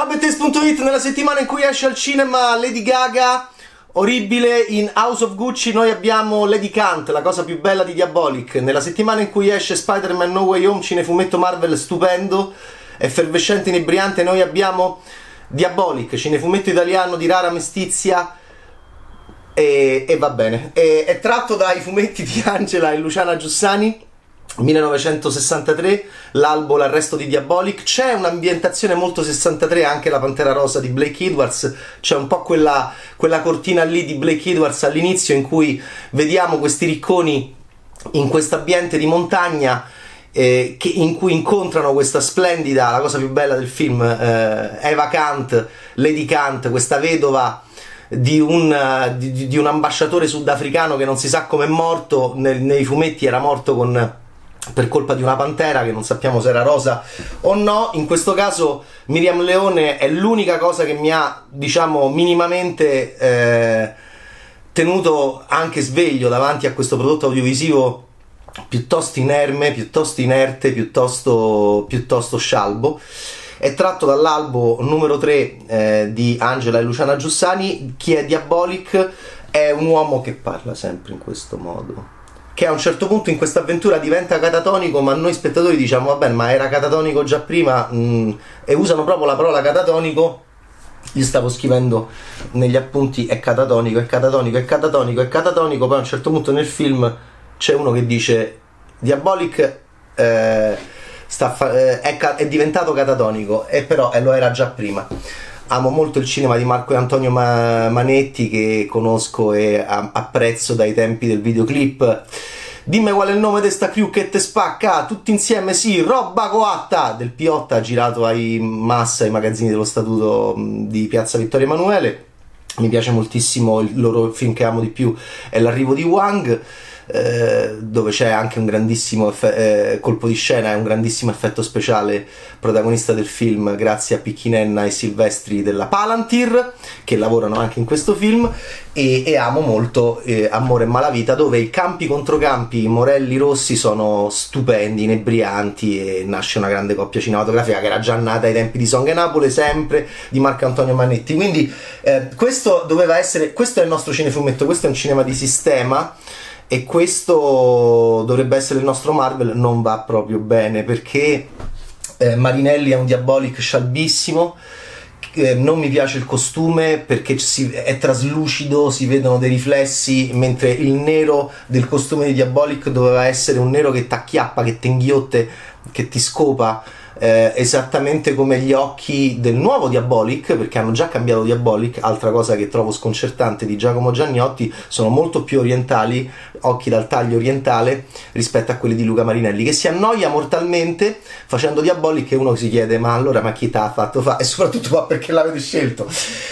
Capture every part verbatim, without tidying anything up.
Ciao Bettes punto it, nella settimana in cui esce al cinema Lady Gaga, orribile, in House of Gucci noi abbiamo Lady Kant, la cosa più bella di Diabolic. Nella settimana in cui esce Spider-Man No Way Home, cinefumetto Marvel stupendo, effervescente, inebriante, noi abbiamo Diabolic, cinefumetto italiano di rara mestizia. E, e va bene, e, è tratto dai fumetti di Angela e Luciana Giussani, millenovecentosessantatré, l'albo L'arresto di Diabolic. C'è un'ambientazione molto sessantatré, anche La Pantera Rosa di Blake Edwards, c'è un po' quella, quella cortina lì di Blake Edwards all'inizio in cui vediamo questi ricconi in questo ambiente di montagna eh, che, in cui incontrano questa splendida, la cosa più bella del film, eh, Eva Kant, Lady Kant, questa vedova di un, di, di un ambasciatore sudafricano che non si sa come è morto. Nel, nei fumetti era morto con per colpa di una pantera che non sappiamo se era rosa o no. In questo caso Miriam Leone è l'unica cosa che mi ha, diciamo, minimamente eh, tenuto anche sveglio davanti a questo prodotto audiovisivo piuttosto inerme, piuttosto inerte, piuttosto, piuttosto scialbo. È tratto dall'albo numero tre eh, di Angela e Luciana Giussani. Chi è Diabolic? È un uomo che parla sempre in questo modo, che a un certo punto in questa avventura diventa catatonico, ma noi spettatori diciamo vabbè, ma era catatonico già prima, mh, e usano proprio la parola catatonico. Gli stavo scrivendo negli appunti è catatonico, è catatonico, è catatonico, è catatonico. Poi a un certo punto nel film c'è uno che dice Diabolic eh, sta fa- eh, è, ca- è diventato catatonico, e però eh, lo era già prima. Amo molto il cinema di Marco e Antonio Ma- Manetti, che conosco e a- apprezzo dai tempi del videoclip. Dimmi qual è il nome di sta crew che te spacca, tutti insieme, sì, roba coatta, del Piotta, girato ai Massa, ai magazzini dello Statuto di Piazza Vittorio Emanuele. Mi piace moltissimo, il loro film che amo di più è L'arrivo di Wang, Eh, dove c'è anche un grandissimo effe- eh, colpo di scena e un grandissimo effetto speciale, protagonista del film grazie a Picchinenna e Silvestri della Palantir, che lavorano anche in questo film. E, e amo molto eh, Amore e Malavita, dove i campi contro campi, Morelli Rossi, sono stupendi, inebrianti, e nasce una grande coppia cinematografica che era già nata ai tempi di Song e Napoli, sempre di Marco Antonio Manetti. Quindi eh, questo doveva essere, questo è il nostro cinefumetto, questo è un cinema di sistema. E questo dovrebbe essere il nostro Marvel. Non va proprio bene, perché eh, Marinelli è un Diabolic scialbissimo, eh, non mi piace il costume perché si, è traslucido, si vedono dei riflessi, mentre il nero del costume di Diabolic doveva essere un nero che t'acchiappa, che ti inghiotte, che ti scopa, eh, esattamente come gli occhi del nuovo Diabolic, perché hanno già cambiato Diabolic. Altra cosa che trovo sconcertante di Giacomo Giannotti, sono molto più orientali, occhi dal taglio orientale, rispetto a quelli di Luca Marinelli, che si annoia mortalmente facendo Diabolic, e uno si chiede ma allora ma chi t'ha fatto fa? E soprattutto ma perché l'avete scelto?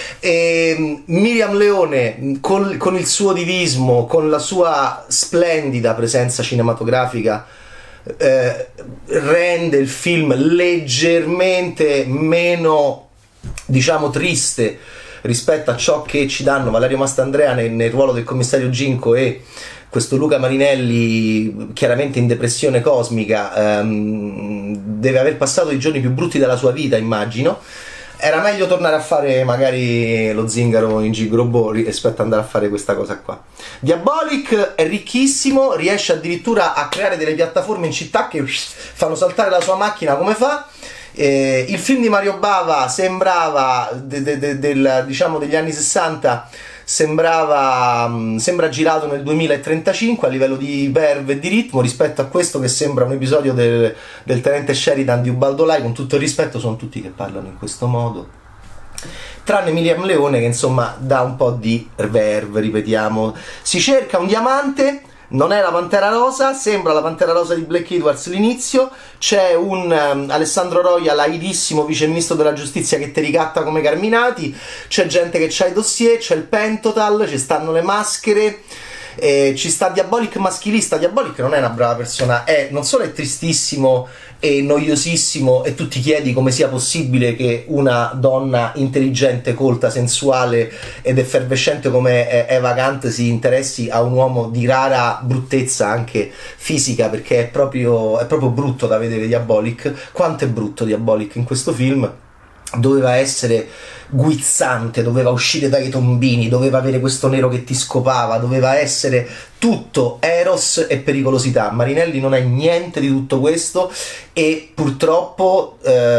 E Miriam Leone con, con il suo divismo, con la sua splendida presenza cinematografica, Eh, rende il film leggermente meno, diciamo, triste rispetto a ciò che ci danno Valerio Mastandrea nel, nel ruolo del commissario Ginco e questo Luca Marinelli chiaramente in depressione cosmica. ehm, deve aver passato i giorni più brutti della sua vita, immagino. Era meglio tornare a fare magari lo zingaro in Gigrobò rispetto ad andare a fare questa cosa qua. Diabolic è ricchissimo, riesce addirittura a creare delle piattaforme in città che fanno saltare la sua macchina come fa. Eh, il film di Mario Bava sembrava de, de, de, del, diciamo degli anni sessanta, sembrava sembra girato nel duemilatrentacinque a livello di verve e di ritmo, rispetto a questo che sembra un episodio del, del tenente Sheridan di Ubaldo Lai. Con tutto il rispetto, sono tutti che parlano in questo modo, tranne Miriam Leone che insomma dà un po' di verve, ripetiamo. Si cerca un diamante, non è la Pantera Rosa, sembra la Pantera Rosa di Blake Edwards l'inizio. C'è un um, Alessandro Roia, l'aidissimo vice ministro della giustizia, che ti ricatta come Carminati. C'è gente che c'ha i dossier, c'è il Pentotal, ci stanno le maschere, eh, ci sta Diabolic maschilista. Diabolic non è una brava persona, è non solo è tristissimo e noiosissimo, e tu ti chiedi come sia possibile che una donna intelligente, colta, sensuale ed effervescente come Eva Kant si interessi a un uomo di rara bruttezza anche fisica, perché è proprio, è proprio brutto da vedere Diabolic. Quanto è brutto Diabolic in questo film. doveva essere guizzante, doveva uscire dai tombini, doveva avere questo nero che ti scopava, doveva essere tutto eros e pericolosità. Marinelli non è niente di tutto questo, e purtroppo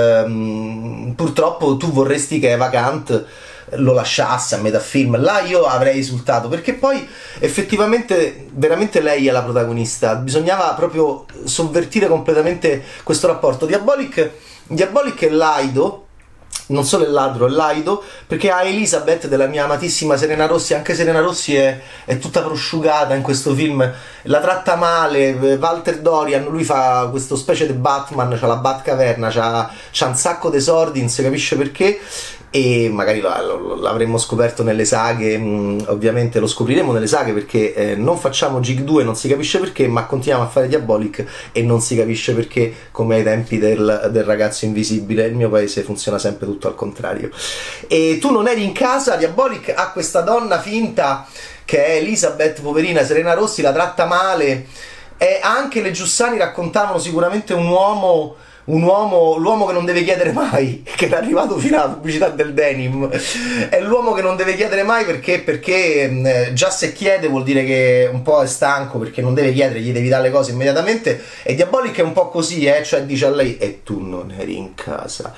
ehm, purtroppo tu vorresti che Eva Kant lo lasciasse a metà film. Là io avrei esultato, perché poi effettivamente veramente lei è la protagonista, bisognava proprio sovvertire completamente questo rapporto. Diabolic, Diabolic è laido, non solo è ladro, è laido, perché ha Elizabeth della mia amatissima Serena Rossi. Anche Serena Rossi è, è tutta prosciugata in questo film, la tratta male. Walter Dorian, lui fa questo specie di Batman, c'ha la Batcaverna, c'ha, c'ha un sacco di soldi, non si capisce perché, e magari lo, lo, l'avremmo scoperto nelle saghe, mh, ovviamente lo scopriremo nelle saghe, perché eh, non facciamo Jig due, non si capisce perché, ma continuiamo a fare Diabolic e non si capisce perché, come ai tempi del, del ragazzo invisibile. Il mio paese funziona sempre tutto al contrario. E tu non eri in casa, Diabolic ha questa donna finta che è Elizabeth, poverina, Serena Rossi la tratta male, e anche le Giussani raccontavano sicuramente un uomo un uomo, l'uomo che non deve chiedere mai, che è arrivato fino alla pubblicità del denim, è l'uomo che non deve chiedere mai, perché perché eh, già se chiede vuol dire che un po' è stanco, perché non deve chiedere, gli devi dare le cose immediatamente. E Diabolic è un po' così, eh, cioè dice a lei: e tu non eri in casa.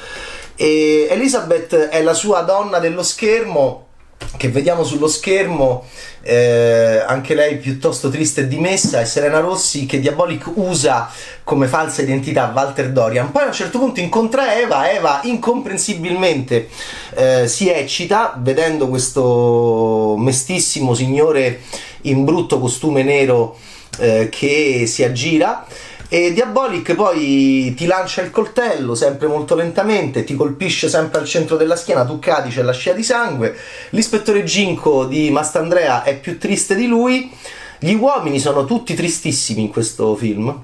E Elizabeth è la sua donna dello schermo, che vediamo sullo schermo, eh, anche lei piuttosto triste e dimessa, e Serena Rossi che Diabolic usa come falsa identità Walter Dorian. Poi a un certo punto incontra Eva, Eva incomprensibilmente eh, si eccita vedendo questo mestissimo signore in brutto costume nero eh, che si aggira, e Diabolic poi ti lancia il coltello sempre molto lentamente, ti colpisce sempre al centro della schiena, tu cadi, c'è la scia di sangue. L'ispettore Ginko di Mastandrea è più triste di lui, gli uomini sono tutti tristissimi in questo film,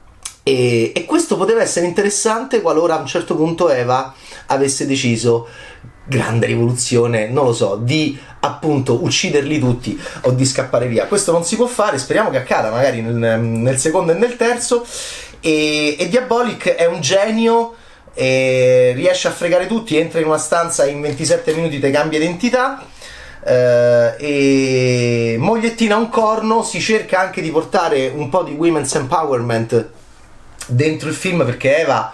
e, e questo poteva essere interessante qualora a un certo punto Eva avesse deciso, grande rivoluzione, non lo so, di appunto ucciderli tutti o di scappare via. Questo non si può fare, speriamo che accada magari nel, nel secondo e nel terzo. E, e Diabolic è un genio, e riesce a fregare tutti, entra in una stanza in ventisette minuti, te cambia identità, eh, e mogliettina un corno. Si cerca anche di portare un po' di women's empowerment dentro il film, perché Eva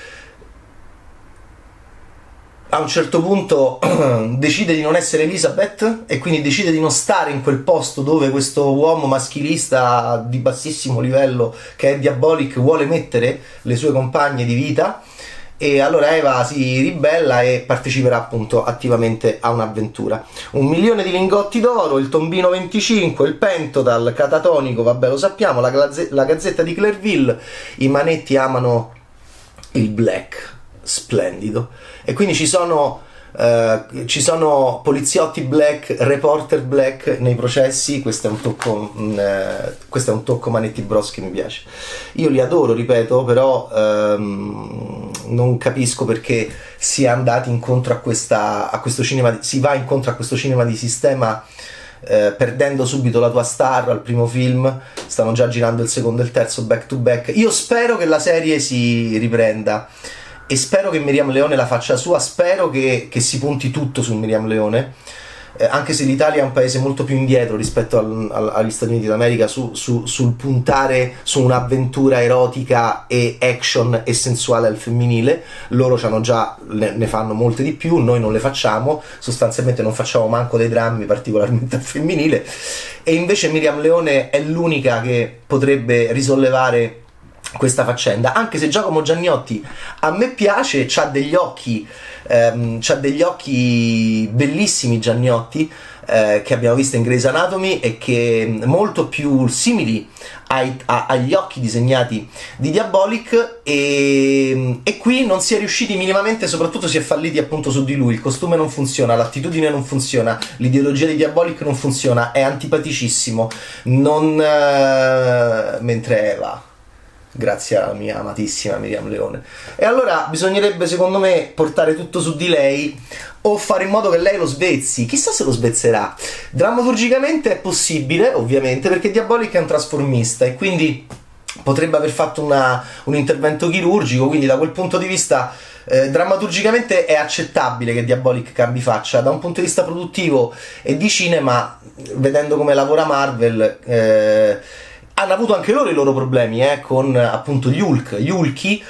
a un certo punto decide di non essere Elizabeth, e quindi decide di non stare in quel posto dove questo uomo maschilista di bassissimo livello che è Diabolic vuole mettere le sue compagne di vita. E allora Eva si ribella e parteciperà appunto attivamente a un'avventura. Un milione di lingotti d'oro, il tombino venticinque, il pentotal catatonico, vabbè lo sappiamo, la, glazze- la gazzetta di Clairville, i manetti amano il black, splendido. E quindi ci sono uh, ci sono poliziotti black, reporter black nei processi. Questo è un tocco uh, questo è un tocco Manetti Bros che mi piace. Io li adoro, ripeto, però um, non capisco perché si è andati incontro a questa a questo cinema di, si va incontro a questo cinema di sistema, Eh, perdendo subito la tua star al primo film. Stanno già girando il secondo e il terzo back to back. Io spero che la serie si riprenda e spero che Miriam Leone la faccia sua, spero che, che si punti tutto su Miriam Leone, eh, anche se l'Italia è un paese molto più indietro rispetto al, al, agli Stati Uniti d'America su, su, sul puntare su un'avventura erotica e action e sensuale al femminile. Loro c'hanno già, ne, ne fanno molte di più, noi non le facciamo, sostanzialmente non facciamo manco dei drammi particolarmente al femminile, e invece Miriam Leone è l'unica che potrebbe risollevare questa faccenda, anche se Giacomo Giannotti a me piace, c'ha degli occhi ehm, c'ha degli occhi bellissimi Giannotti, eh, che abbiamo visto in Grey's Anatomy, e che molto più simili ai, a, agli occhi disegnati di Diabolic, e, e qui non si è riusciti minimamente, soprattutto si è falliti appunto su di lui. Il costume non funziona, l'attitudine non funziona, l'ideologia di Diabolic non funziona, è antipaticissimo, non eh, mentre Eva, grazie alla mia amatissima Miriam Leone. E allora bisognerebbe, secondo me, portare tutto su di lei, o fare in modo che lei lo svezzi. Chissà se lo svezzerà. Drammaturgicamente è possibile, ovviamente, perché Diabolic è un trasformista e quindi potrebbe aver fatto una, un intervento chirurgico, quindi da quel punto di vista Eh, drammaturgicamente è accettabile che Diabolic cambi faccia, da un punto di vista produttivo e di cinema, vedendo come lavora Marvel, eh, hanno avuto anche loro i loro problemi, eh, con appunto gli Hulk, gli Hulky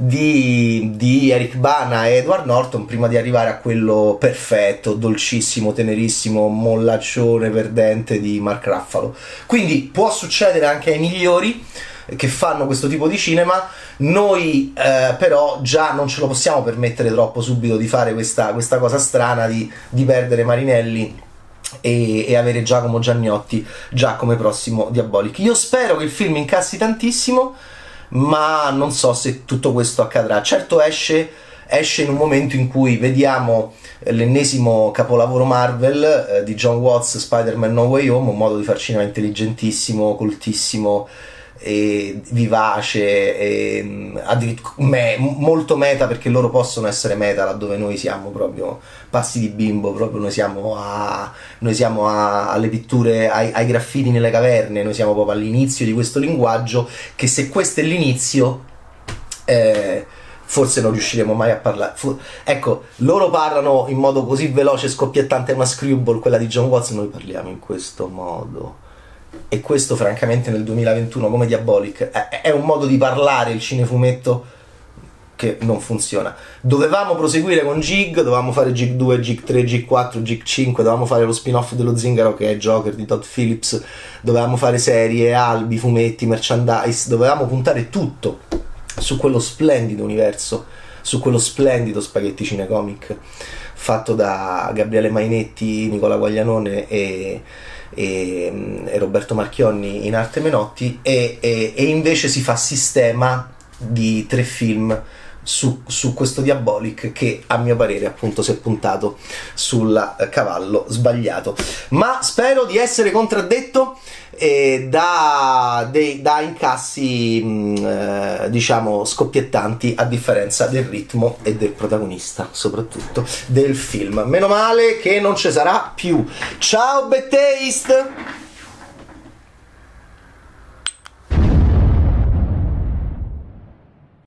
di, di Eric Bana e Edward Norton, prima di arrivare a quello perfetto, dolcissimo, tenerissimo, mollaccione perdente di Mark Ruffalo. Quindi può succedere anche ai migliori che fanno questo tipo di cinema. Noi eh, però già non ce lo possiamo permettere troppo subito di fare questa, questa cosa strana di, di perdere Marinelli e, e avere Giacomo Giannotti già come prossimo Diabolic. Io spero che il film incassi tantissimo, ma non so se tutto questo accadrà. Certo esce, esce in un momento in cui vediamo l'ennesimo capolavoro Marvel eh, di John Watts, Spider-Man No Way Home, un modo di far cinema intelligentissimo, coltissimo e vivace e me, molto meta, perché loro possono essere meta laddove noi siamo proprio passi di bimbo, proprio noi siamo, a, noi siamo a, alle pitture, ai, ai graffiti nelle caverne, noi siamo proprio all'inizio di questo linguaggio, che se questo è l'inizio eh, forse non riusciremo mai a parlare. Fu- ecco, loro parlano in modo così veloce, scoppiettante, una screwball, quella di John Watts, noi parliamo in questo modo. E questo francamente nel duemilaventuno come Diabolic è, è un modo di parlare, il cinefumetto, che non funziona. Dovevamo proseguire con Jig, dovevamo fare Jig due, Jig tre, Jig quattro, Jig cinque, dovevamo fare lo spin-off dello Zingaro che è Joker di Todd Phillips, dovevamo fare serie, albi, fumetti, merchandise, dovevamo puntare tutto su quello splendido universo, su quello splendido Spaghetti Cinecomic fatto da Gabriele Mainetti, Nicola Guaglianone e E, e Roberto Marchionni in arte Menotti, e, e, e invece si fa sistema di tre film su, su questo Diabolic che a mio parere appunto si è puntato sul cavallo sbagliato, ma spero di essere contraddetto eh, da, dei, da incassi mh, eh, diciamo scoppiettanti, a differenza del ritmo e del protagonista, soprattutto del film. Meno male che non ci sarà più. Ciao Bettaste!